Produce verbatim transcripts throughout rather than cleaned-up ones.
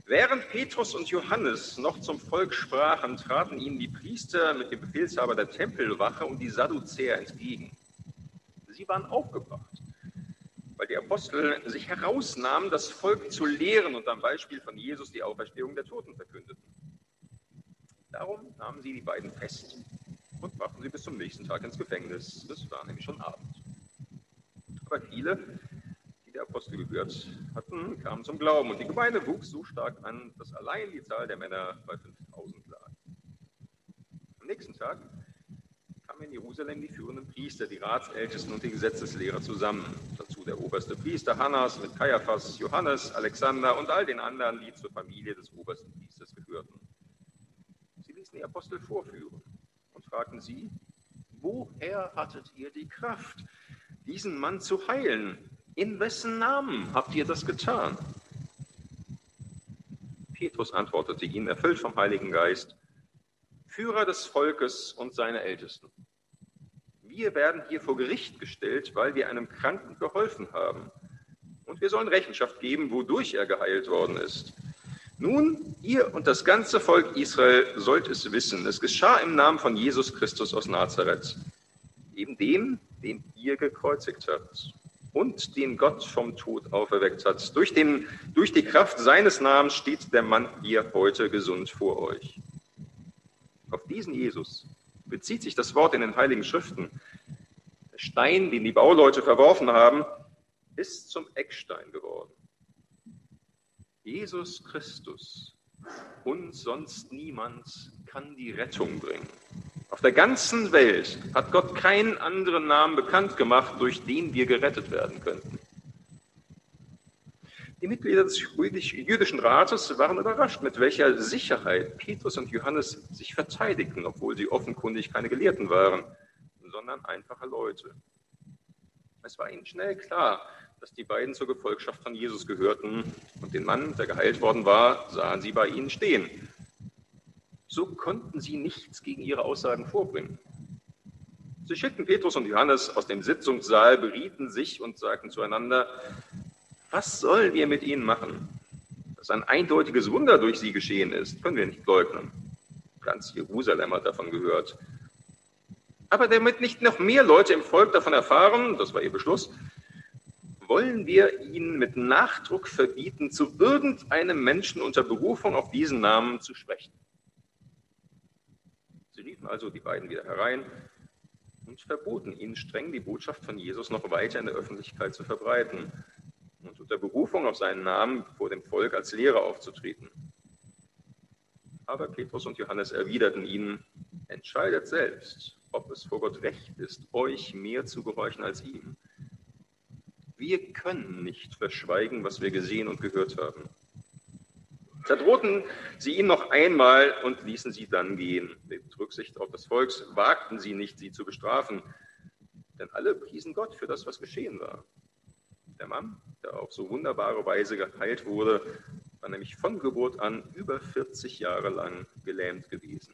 Während Petrus und Johannes noch zum Volk sprachen, traten ihnen die Priester mit dem Befehlshaber der Tempelwache und die Sadduzäer entgegen. Sie waren aufgebracht, weil die Apostel sich herausnahmen, das Volk zu lehren und am Beispiel von Jesus die Auferstehung der Toten verkündeten. Darum nahmen sie die beiden fest und brachten sie bis zum nächsten Tag ins Gefängnis. Es war nämlich schon Abend. Aber viele, die der Apostel gehört hatten, kamen zum Glauben und die Gemeinde wuchs so stark an, dass allein die Zahl der Männer bei fünftausend lag. Am nächsten Tag kamen in Jerusalem die führenden Priester, die Ratsältesten und die Gesetzeslehrer zusammen. Dazu der oberste Priester Hannas mit Kaiaphas, Johannes, Alexander und all den anderen, die zur Familie des obersten Priesters gehörten. Sie ließen die Apostel vorführen und fragten sie: Woher hattet ihr die Kraft, diesen Mann zu heilen? In wessen Namen habt ihr das getan? Petrus antwortete ihnen, erfüllt vom Heiligen Geist: Führer des Volkes und seine Ältesten. Wir werden hier vor Gericht gestellt, weil wir einem Kranken geholfen haben. Und wir sollen Rechenschaft geben, wodurch er geheilt worden ist. Nun, ihr und das ganze Volk Israel sollt es wissen, es geschah im Namen von Jesus Christus aus Nazareth, eben dem, den ihr gekreuzigt habt und den Gott vom Tod auferweckt hat. Durch, den, durch die Kraft seines Namens steht der Mann hier heute gesund vor euch. Auf diesen Jesus bezieht sich das Wort in den Heiligen Schriften. Der Stein, den die Bauleute verworfen haben, ist zum Eckstein geworden. Jesus Christus und sonst niemand kann die Rettung bringen. Auf der ganzen Welt hat Gott keinen anderen Namen bekannt gemacht, durch den wir gerettet werden könnten. Die Mitglieder des jüdischen Rates waren überrascht, mit welcher Sicherheit Petrus und Johannes sich verteidigten, obwohl sie offenkundig keine Gelehrten waren, sondern einfache Leute. Es war ihnen schnell klar, dass die beiden zur Gefolgschaft von Jesus gehörten, und den Mann, der geheilt worden war, sahen sie bei ihnen stehen. So konnten sie nichts gegen ihre Aussagen vorbringen. Sie schickten Petrus und Johannes aus dem Sitzungssaal, berieten sich und sagten zueinander: Was sollen wir mit ihnen machen? Dass ein eindeutiges Wunder durch sie geschehen ist, können wir nicht leugnen. Ganz Jerusalem hat davon gehört. Aber damit nicht noch mehr Leute im Volk davon erfahren, das war ihr Beschluss, wollen wir ihnen mit Nachdruck verbieten, zu irgendeinem Menschen unter Berufung auf diesen Namen zu sprechen. Sie riefen also die beiden wieder herein und verboten ihnen streng, die Botschaft von Jesus noch weiter in der Öffentlichkeit zu verbreiten und unter Berufung auf seinen Namen vor dem Volk als Lehrer aufzutreten. Aber Petrus und Johannes erwiderten ihnen: Entscheidet selbst, ob es vor Gott recht ist, euch mehr zu gehorchen als ihm. Wir können nicht verschweigen, was wir gesehen und gehört haben. Da drohten sie ihm noch einmal und ließen sie dann gehen. Mit Rücksicht auf das Volk wagten sie nicht, sie zu bestrafen, denn alle priesen Gott für das, was geschehen war. Der Mann, der auf so wunderbare Weise geheilt wurde, war nämlich von Geburt an über vierzig Jahre lang gelähmt gewesen.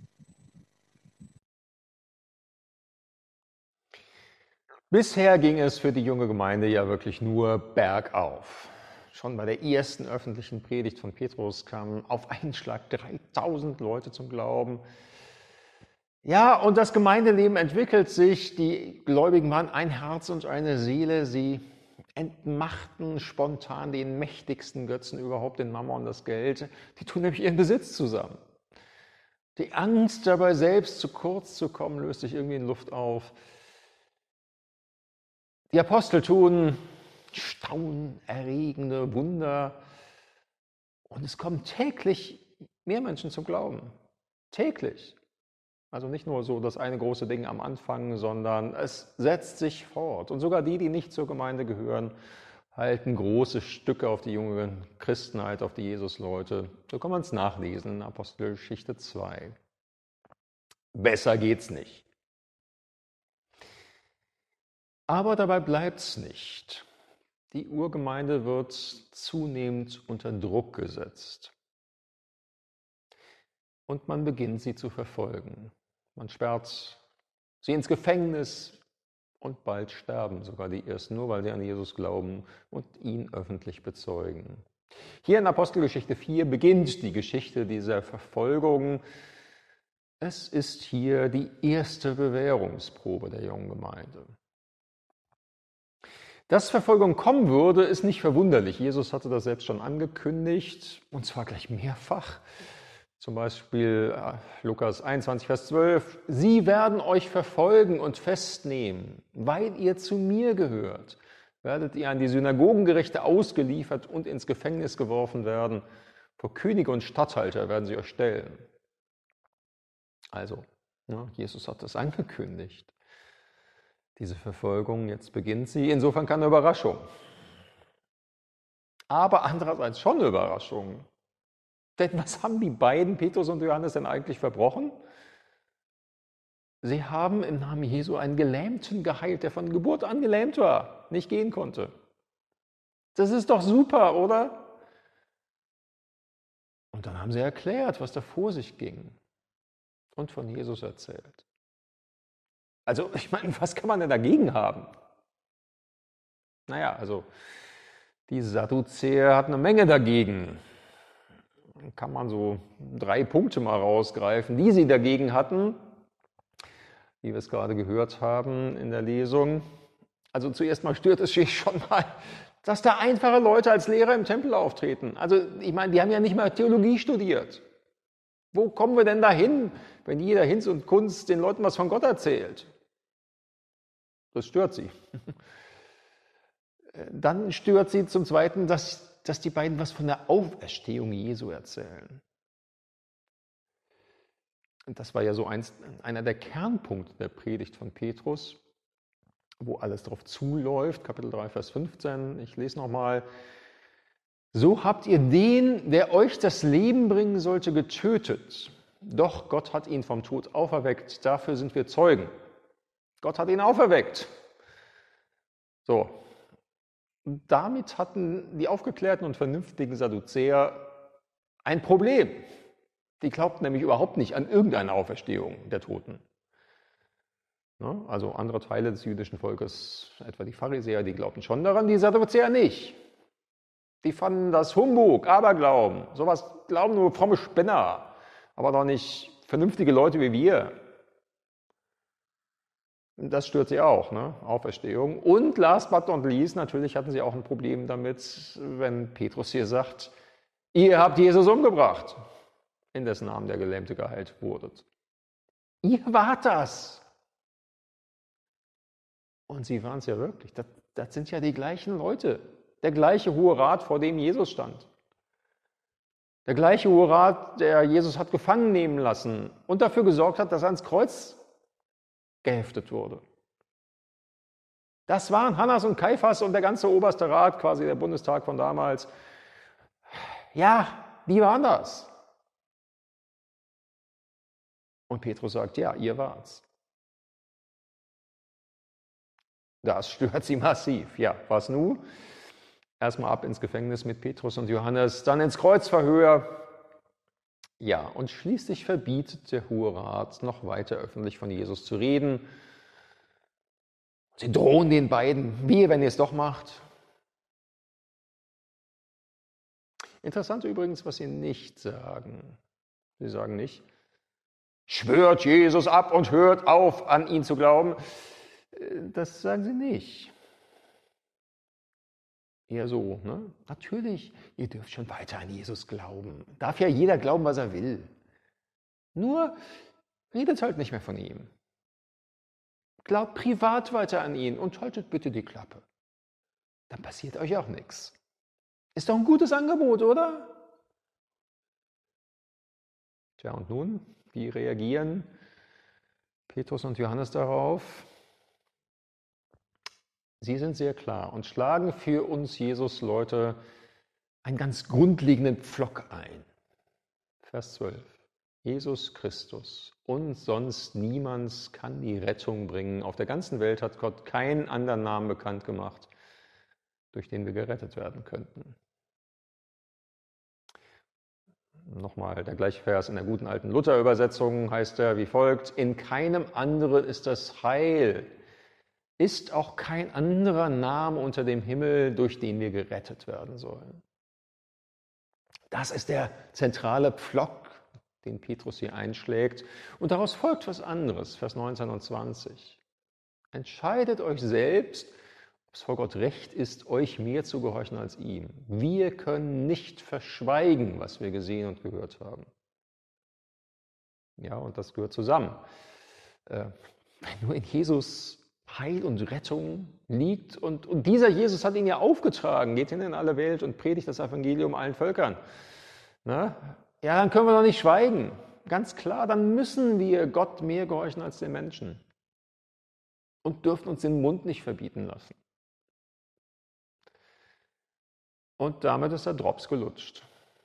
Bisher ging es für die junge Gemeinde ja wirklich nur bergauf. Schon bei der ersten öffentlichen Predigt von Petrus kamen auf einen Schlag dreitausend Leute zum Glauben. Ja, und das Gemeindeleben entwickelt sich. Die Gläubigen waren ein Herz und eine Seele. Sie entmachten spontan den mächtigsten Götzen überhaupt, den Mammon, das Geld. Die tun nämlich ihren Besitz zusammen. Die Angst dabei, selbst zu kurz zu kommen, löst sich irgendwie in Luft auf. Die Apostel tun staunerregende Wunder und es kommen täglich mehr Menschen zum Glauben. Täglich. Also nicht nur so das eine große Ding am Anfang, sondern es setzt sich fort. Und sogar die, die nicht zur Gemeinde gehören, halten große Stücke auf die jungen Christenheit, auf die Jesusleute. So kann man es nachlesen in Apostelgeschichte zwei. Besser geht's nicht. Aber dabei bleibt es nicht. Die Urgemeinde wird zunehmend unter Druck gesetzt. Und man beginnt sie zu verfolgen. Man sperrt sie ins Gefängnis und bald sterben sogar die Ersten, nur weil sie an Jesus glauben und ihn öffentlich bezeugen. Hier in Apostelgeschichte vier beginnt die Geschichte dieser Verfolgung. Es ist hier die erste Bewährungsprobe der jungen Gemeinde. Dass Verfolgung kommen würde, ist nicht verwunderlich. Jesus hatte das selbst schon angekündigt, und zwar gleich mehrfach. Zum Beispiel Lukas einundzwanzig, Vers zwölf. Sie werden euch verfolgen und festnehmen, weil ihr zu mir gehört. Werdet ihr an die Synagogengerichte ausgeliefert und ins Gefängnis geworfen werden. Vor Könige und Statthalter werden sie euch stellen. Also, ja, Jesus hat das angekündigt. Diese Verfolgung, jetzt beginnt sie, insofern keine Überraschung. Aber andererseits schon eine Überraschung. Denn was haben die beiden, Petrus und Johannes, denn eigentlich verbrochen? Sie haben im Namen Jesu einen Gelähmten geheilt, der von Geburt an gelähmt war, nicht gehen konnte. Das ist doch super, oder? Und dann haben sie erklärt, was da vor sich ging und von Jesus erzählt. Also, ich meine, was kann man denn dagegen haben? Naja, also, die Sadduzäer hatten eine Menge dagegen. Kann man so drei Punkte mal rausgreifen, die sie dagegen hatten, wie wir es gerade gehört haben in der Lesung. Also zuerst mal stört es sich schon mal, dass da einfache Leute als Lehrer im Tempel auftreten. Also ich meine, die haben ja nicht mal Theologie studiert. Wo kommen wir denn dahin, wenn jeder Hinz und Kunst den Leuten was von Gott erzählt? Das stört sie. Dann stört sie zum Zweiten, dass, dass die beiden was von der Auferstehung Jesu erzählen. Und das war ja so eins, einer der Kernpunkte der Predigt von Petrus, wo alles drauf zuläuft. Kapitel drei, Vers fünfzehn. Ich lese nochmal. So habt ihr den, der euch das Leben bringen sollte, getötet. Doch Gott hat ihn vom Tod auferweckt. Dafür sind wir Zeugen. Gott hat ihn auferweckt. So. Und damit hatten die aufgeklärten und vernünftigen Sadduzäer ein Problem. Die glaubten nämlich überhaupt nicht an irgendeine Auferstehung der Toten. Also andere Teile des jüdischen Volkes, etwa die Pharisäer, die glaubten schon daran, die Sadduzäer nicht. Die fanden das Humbug, Aberglauben. Sowas glauben nur fromme Spinner, aber doch nicht vernünftige Leute wie wir. Das stört sie auch, ne? Auferstehung. Und last but not least, natürlich hatten sie auch ein Problem damit, wenn Petrus hier sagt, ihr habt Jesus umgebracht, in dessen Namen der Gelähmte geheilt wurde. Ihr wart das. Und sie waren es ja wirklich. Das, das sind ja die gleichen Leute. Der gleiche Hohe Rat, vor dem Jesus stand. Der gleiche Hohe Rat, der Jesus hat gefangen nehmen lassen und dafür gesorgt hat, dass er ans Kreuz geheftet wurde. Das waren Hannas und Kaiphas und der ganze oberste Rat, quasi der Bundestag von damals. Ja, die waren das. Und Petrus sagt, ja, ihr wart's. Das stört sie massiv. Ja, was nun? Erstmal ab ins Gefängnis mit Petrus und Johannes, dann ins Kreuzverhör. Ja, und schließlich verbietet der Hohe Rat, noch weiter öffentlich von Jesus zu reden. Sie drohen den beiden, wehe, wenn ihr es doch macht. Interessant übrigens, was sie nicht sagen. Sie sagen nicht, schwört Jesus ab und hört auf, an ihn zu glauben. Das sagen sie nicht. Eher so, ne? Natürlich, ihr dürft schon weiter an Jesus glauben. Darf ja jeder glauben, was er will. Nur redet halt nicht mehr von ihm. Glaubt privat weiter an ihn und haltet bitte die Klappe. Dann passiert euch auch nichts. Ist doch ein gutes Angebot, oder? Tja, und nun, wie reagieren Petrus und Johannes darauf? Sie sind sehr klar und schlagen für uns Jesus-Leute einen ganz grundlegenden Pflock ein. Vers zwölf. Jesus Christus und sonst niemand kann die Rettung bringen. Auf der ganzen Welt hat Gott keinen anderen Namen bekannt gemacht, durch den wir gerettet werden könnten. Nochmal der gleiche Vers in der guten alten Luther-Übersetzung heißt er wie folgt: In keinem anderen ist das Heil. Ist auch kein anderer Name unter dem Himmel, durch den wir gerettet werden sollen. Das ist der zentrale Pflock, den Petrus hier einschlägt. Und daraus folgt was anderes, Vers neunzehn und zwanzig. Entscheidet euch selbst, ob es vor Gott recht ist, euch mehr zu gehorchen als ihm. Wir können nicht verschweigen, was wir gesehen und gehört haben. Ja, und das gehört zusammen. Äh, wenn nur in Jesus Heil und Rettung liegt, und, und dieser Jesus hat ihn ja aufgetragen, geht hin in alle Welt und predigt das Evangelium allen Völkern. Na? Ja, dann können wir doch nicht schweigen. Ganz klar, dann müssen wir Gott mehr gehorchen als den Menschen und dürfen uns den Mund nicht verbieten lassen. Und damit ist der Drops gelutscht.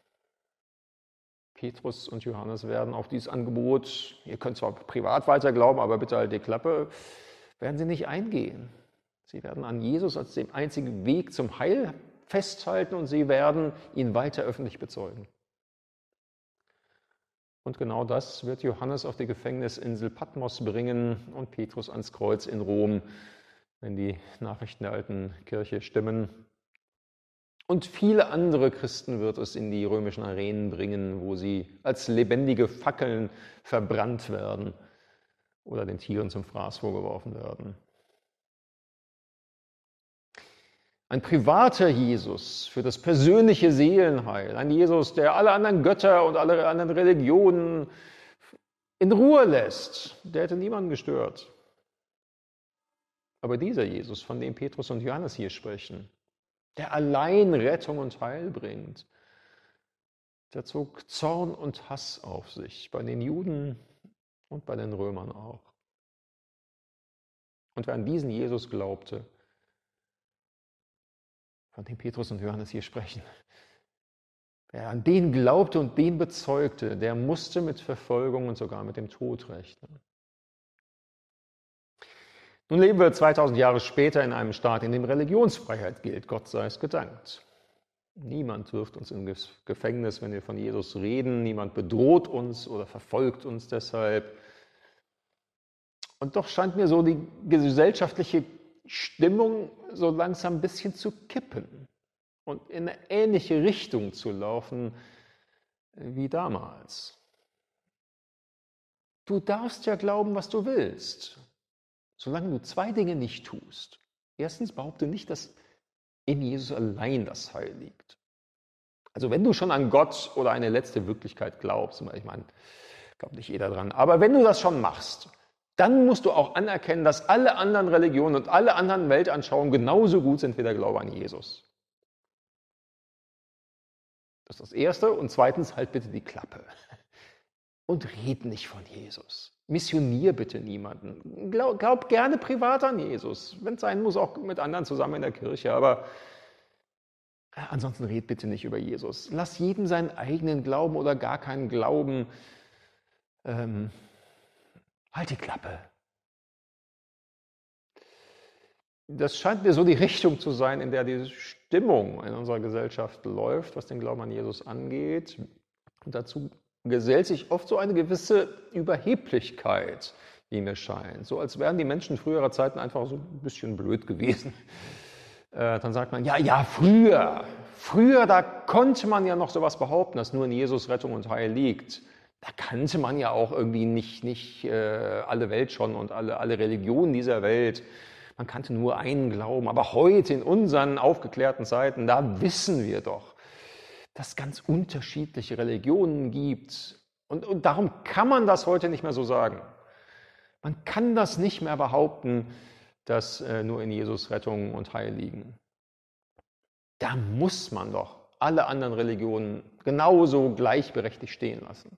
Petrus und Johannes werden auf dieses Angebot, ihr könnt zwar privat weiter glauben, aber bitte halt die Klappe, werden sie nicht eingehen. Sie werden an Jesus als dem einzigen Weg zum Heil festhalten und sie werden ihn weiter öffentlich bezeugen. Und genau das wird Johannes auf die Gefängnisinsel Patmos bringen und Petrus ans Kreuz in Rom, wenn die Nachrichten der alten Kirche stimmen. Und viele andere Christen wird es in die römischen Arenen bringen, wo sie als lebendige Fackeln verbrannt werden oder den Tieren zum Fraß vorgeworfen werden. Ein privater Jesus für das persönliche Seelenheil, ein Jesus, der alle anderen Götter und alle anderen Religionen in Ruhe lässt, der hätte niemanden gestört. Aber dieser Jesus, von dem Petrus und Johannes hier sprechen, der allein Rettung und Heil bringt, der zog Zorn und Hass auf sich, bei den Juden und bei den Römern auch. Und wer an diesen Jesus glaubte, von dem Petrus und Johannes hier sprechen, wer an den glaubte und den bezeugte, der musste mit Verfolgung und sogar mit dem Tod rechnen. Nun leben wir zweitausend Jahre später in einem Staat, in dem Religionsfreiheit gilt, Gott sei es gedankt. Niemand wirft uns ins Gefängnis, wenn wir von Jesus reden. Niemand bedroht uns oder verfolgt uns deshalb. Und doch scheint mir so die gesellschaftliche Stimmung so langsam ein bisschen zu kippen und in eine ähnliche Richtung zu laufen wie damals. Du darfst ja glauben, was du willst, solange du zwei Dinge nicht tust. Erstens, behaupte nicht, dass in Jesus allein das Heil liegt. Also wenn du schon an Gott oder eine letzte Wirklichkeit glaubst, ich meine, glaubt nicht jeder dran, aber wenn du das schon machst, dann musst du auch anerkennen, dass alle anderen Religionen und alle anderen Weltanschauungen genauso gut sind wie der Glaube an Jesus. Das ist das Erste. Und zweitens, halt bitte die Klappe. Und red nicht von Jesus. Missionier bitte niemanden. Glaub, glaub gerne privat an Jesus. Wenn es sein muss, auch mit anderen zusammen in der Kirche. Aber ansonsten red bitte nicht über Jesus. Lass jedem seinen eigenen Glauben oder gar keinen Glauben. Ähm, Halt die Klappe. Das scheint mir so die Richtung zu sein, in der die Stimmung in unserer Gesellschaft läuft, was den Glauben an Jesus angeht. Und dazu gesellt sich oft so eine gewisse Überheblichkeit, wie mir scheint. So als wären die Menschen früherer Zeiten einfach so ein bisschen blöd gewesen. Äh, dann sagt man, ja, ja, früher, früher, da konnte man ja noch sowas behaupten, dass nur in Jesus Rettung und Heil liegt. Da kannte man ja auch irgendwie nicht, nicht äh, alle Welt schon und alle, alle Religionen dieser Welt. Man kannte nur einen Glauben. Aber heute in unseren aufgeklärten Zeiten, da wissen wir doch, dass es ganz unterschiedliche Religionen gibt. Und, und darum kann man das heute nicht mehr so sagen. Man kann das nicht mehr behaupten, dass äh, nur in Jesus Rettung und Heil liegen. Da muss man doch alle anderen Religionen genauso gleichberechtigt stehen lassen.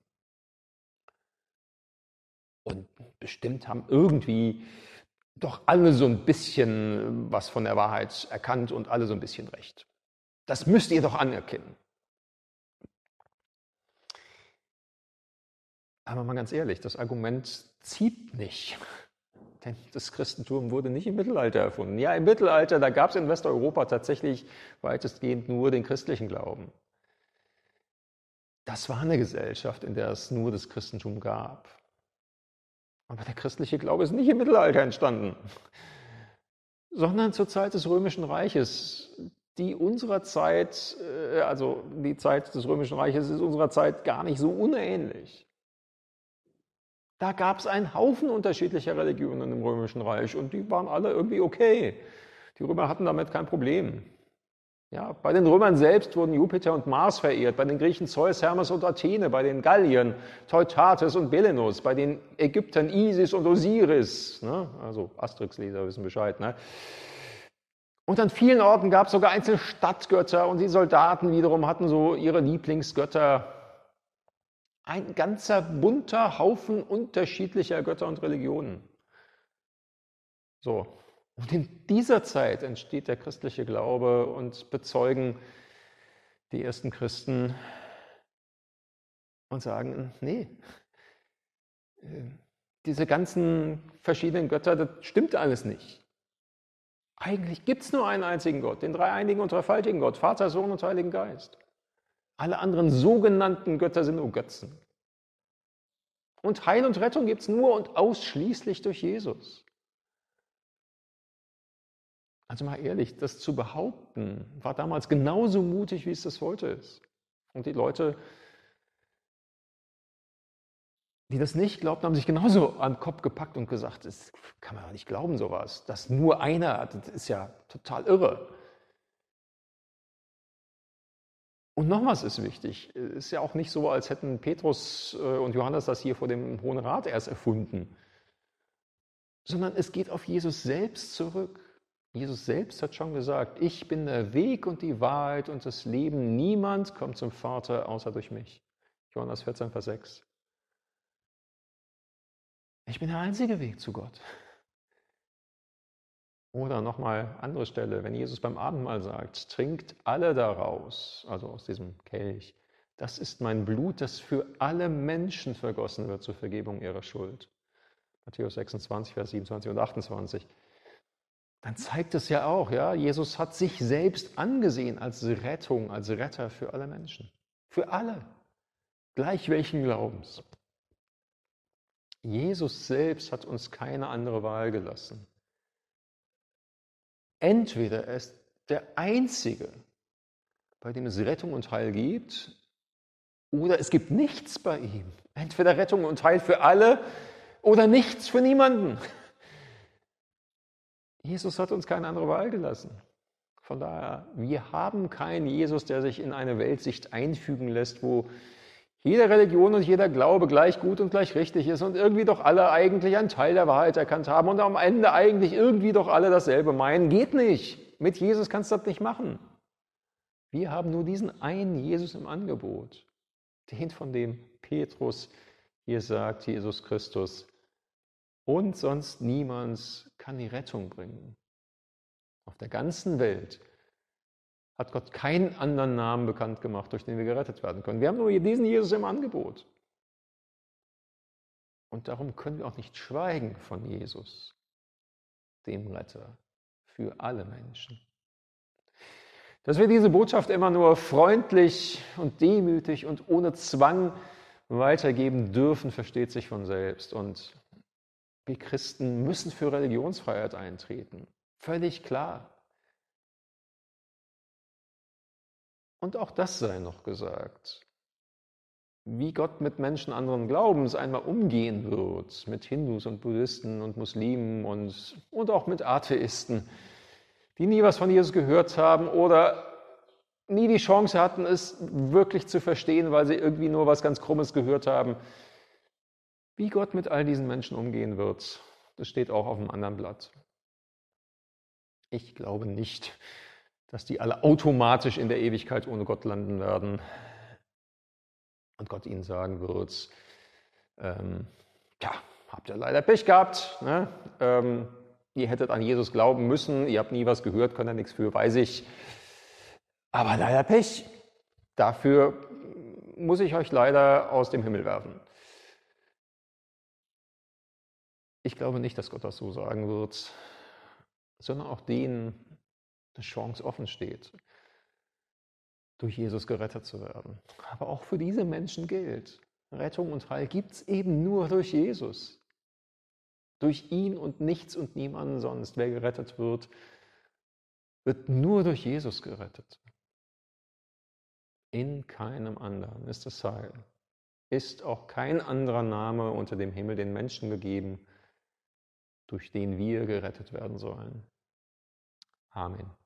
Und bestimmt haben irgendwie doch alle so ein bisschen was von der Wahrheit erkannt und alle so ein bisschen recht. Das müsst ihr doch anerkennen. Aber mal ganz ehrlich, das Argument zieht nicht. Denn das Christentum wurde nicht im Mittelalter erfunden. Ja, im Mittelalter, da gab es in Westeuropa tatsächlich weitestgehend nur den christlichen Glauben. Das war eine Gesellschaft, in der es nur das Christentum gab. Aber der christliche Glaube ist nicht im Mittelalter entstanden, sondern zur Zeit des Römischen Reiches. die unserer Zeit, also die Zeit des Römischen Reiches ist unserer Zeit gar nicht so unähnlich. Da gab es einen Haufen unterschiedlicher Religionen im Römischen Reich und die waren alle irgendwie okay. Die Römer hatten damit kein Problem. Ja, bei den Römern selbst wurden Jupiter und Mars verehrt, bei den Griechen Zeus, Hermes und Athene, bei den Galliern Teutates und Belenus, bei den Ägyptern Isis und Osiris. Ne? Also Asterix-Leser wissen Bescheid. Ne? Und an vielen Orten gab es sogar einzelne Stadtgötter und die Soldaten wiederum hatten so ihre Lieblingsgötter. Ein ganzer bunter Haufen unterschiedlicher Götter und Religionen. So. Und in dieser Zeit entsteht der christliche Glaube und bezeugen die ersten Christen und sagen, nee, diese ganzen verschiedenen Götter, das stimmt alles nicht. Eigentlich gibt es nur einen einzigen Gott, den dreieinigen und dreifaltigen Gott, Vater, Sohn und Heiligen Geist. Alle anderen sogenannten Götter sind nur Götzen. Und Heil und Rettung gibt es nur und ausschließlich durch Jesus. Also mal ehrlich, das zu behaupten, war damals genauso mutig, wie es das heute ist. Und die Leute, die das nicht glaubten, haben sich genauso an den Kopf gepackt und gesagt, das kann man doch nicht glauben, sowas. Dass nur einer, das ist ja total irre. Und noch was ist wichtig, es ist ja auch nicht so, als hätten Petrus und Johannes das hier vor dem Hohen Rat erst erfunden, sondern es geht auf Jesus selbst zurück. Jesus selbst hat schon gesagt, ich bin der Weg und die Wahrheit und das Leben. Niemand kommt zum Vater außer durch mich. Johannes vierzehn, Vers sechs. Ich bin der einzige Weg zu Gott. Oder nochmal andere Stelle, wenn Jesus beim Abendmahl sagt, trinkt alle daraus, also aus diesem Kelch. Das ist mein Blut, das für alle Menschen vergossen wird zur Vergebung ihrer Schuld. Matthäus sechsundzwanzig, Vers siebenundzwanzig und achtundzwanzig. Dann zeigt es ja auch, ja, Jesus hat sich selbst angesehen als Rettung, als Retter für alle Menschen. Für alle, gleich welchen Glaubens. Jesus selbst hat uns keine andere Wahl gelassen. Entweder er ist der Einzige, bei dem es Rettung und Heil gibt, oder es gibt nichts bei ihm. Entweder Rettung und Heil für alle oder nichts für niemanden. Jesus hat uns keine andere Wahl gelassen. Von daher, wir haben keinen Jesus, der sich in eine Weltsicht einfügen lässt, wo jede Religion und jeder Glaube gleich gut und gleich richtig ist und irgendwie doch alle eigentlich einen Teil der Wahrheit erkannt haben und am Ende eigentlich irgendwie doch alle dasselbe meinen. Geht nicht. Mit Jesus kannst du das nicht machen. Wir haben nur diesen einen Jesus im Angebot, den, von dem Petrus hier sagt, Jesus Christus, und sonst niemand kann die Rettung bringen. Auf der ganzen Welt hat Gott keinen anderen Namen bekannt gemacht, durch den wir gerettet werden können. Wir haben nur diesen Jesus im Angebot. Und darum können wir auch nicht schweigen von Jesus, dem Retter für alle Menschen. Dass wir diese Botschaft immer nur freundlich und demütig und ohne Zwang weitergeben dürfen, versteht sich von selbst. Und wir Christen müssen für Religionsfreiheit eintreten. Völlig klar. Und auch das sei noch gesagt. Wie Gott mit Menschen anderen Glaubens einmal umgehen wird, mit Hindus und Buddhisten und Muslimen und, und auch mit Atheisten, die nie was von Jesus gehört haben oder nie die Chance hatten, es wirklich zu verstehen, weil sie irgendwie nur was ganz Krummes gehört haben. Wie Gott mit all diesen Menschen umgehen wird, das steht auch auf einem anderen Blatt. Ich glaube nicht, dass die alle automatisch in der Ewigkeit ohne Gott landen werden und Gott ihnen sagen wird, ähm, ja, habt ihr leider Pech gehabt, ne? ähm, ihr hättet an Jesus glauben müssen, ihr habt nie was gehört, könnt ihr nichts für, weiß ich, aber leider Pech. Dafür muss ich euch leider aus dem Himmel werfen. Ich glaube nicht, dass Gott das so sagen wird, sondern auch denen eine Chance offen steht, durch Jesus gerettet zu werden. Aber auch für diese Menschen gilt, Rettung und Heil gibt es eben nur durch Jesus. Durch ihn und nichts und niemanden sonst. Wer gerettet wird, wird nur durch Jesus gerettet. In keinem anderen ist das Heil. Ist auch kein anderer Name unter dem Himmel den Menschen gegeben, durch den wir gerettet werden sollen. Amen.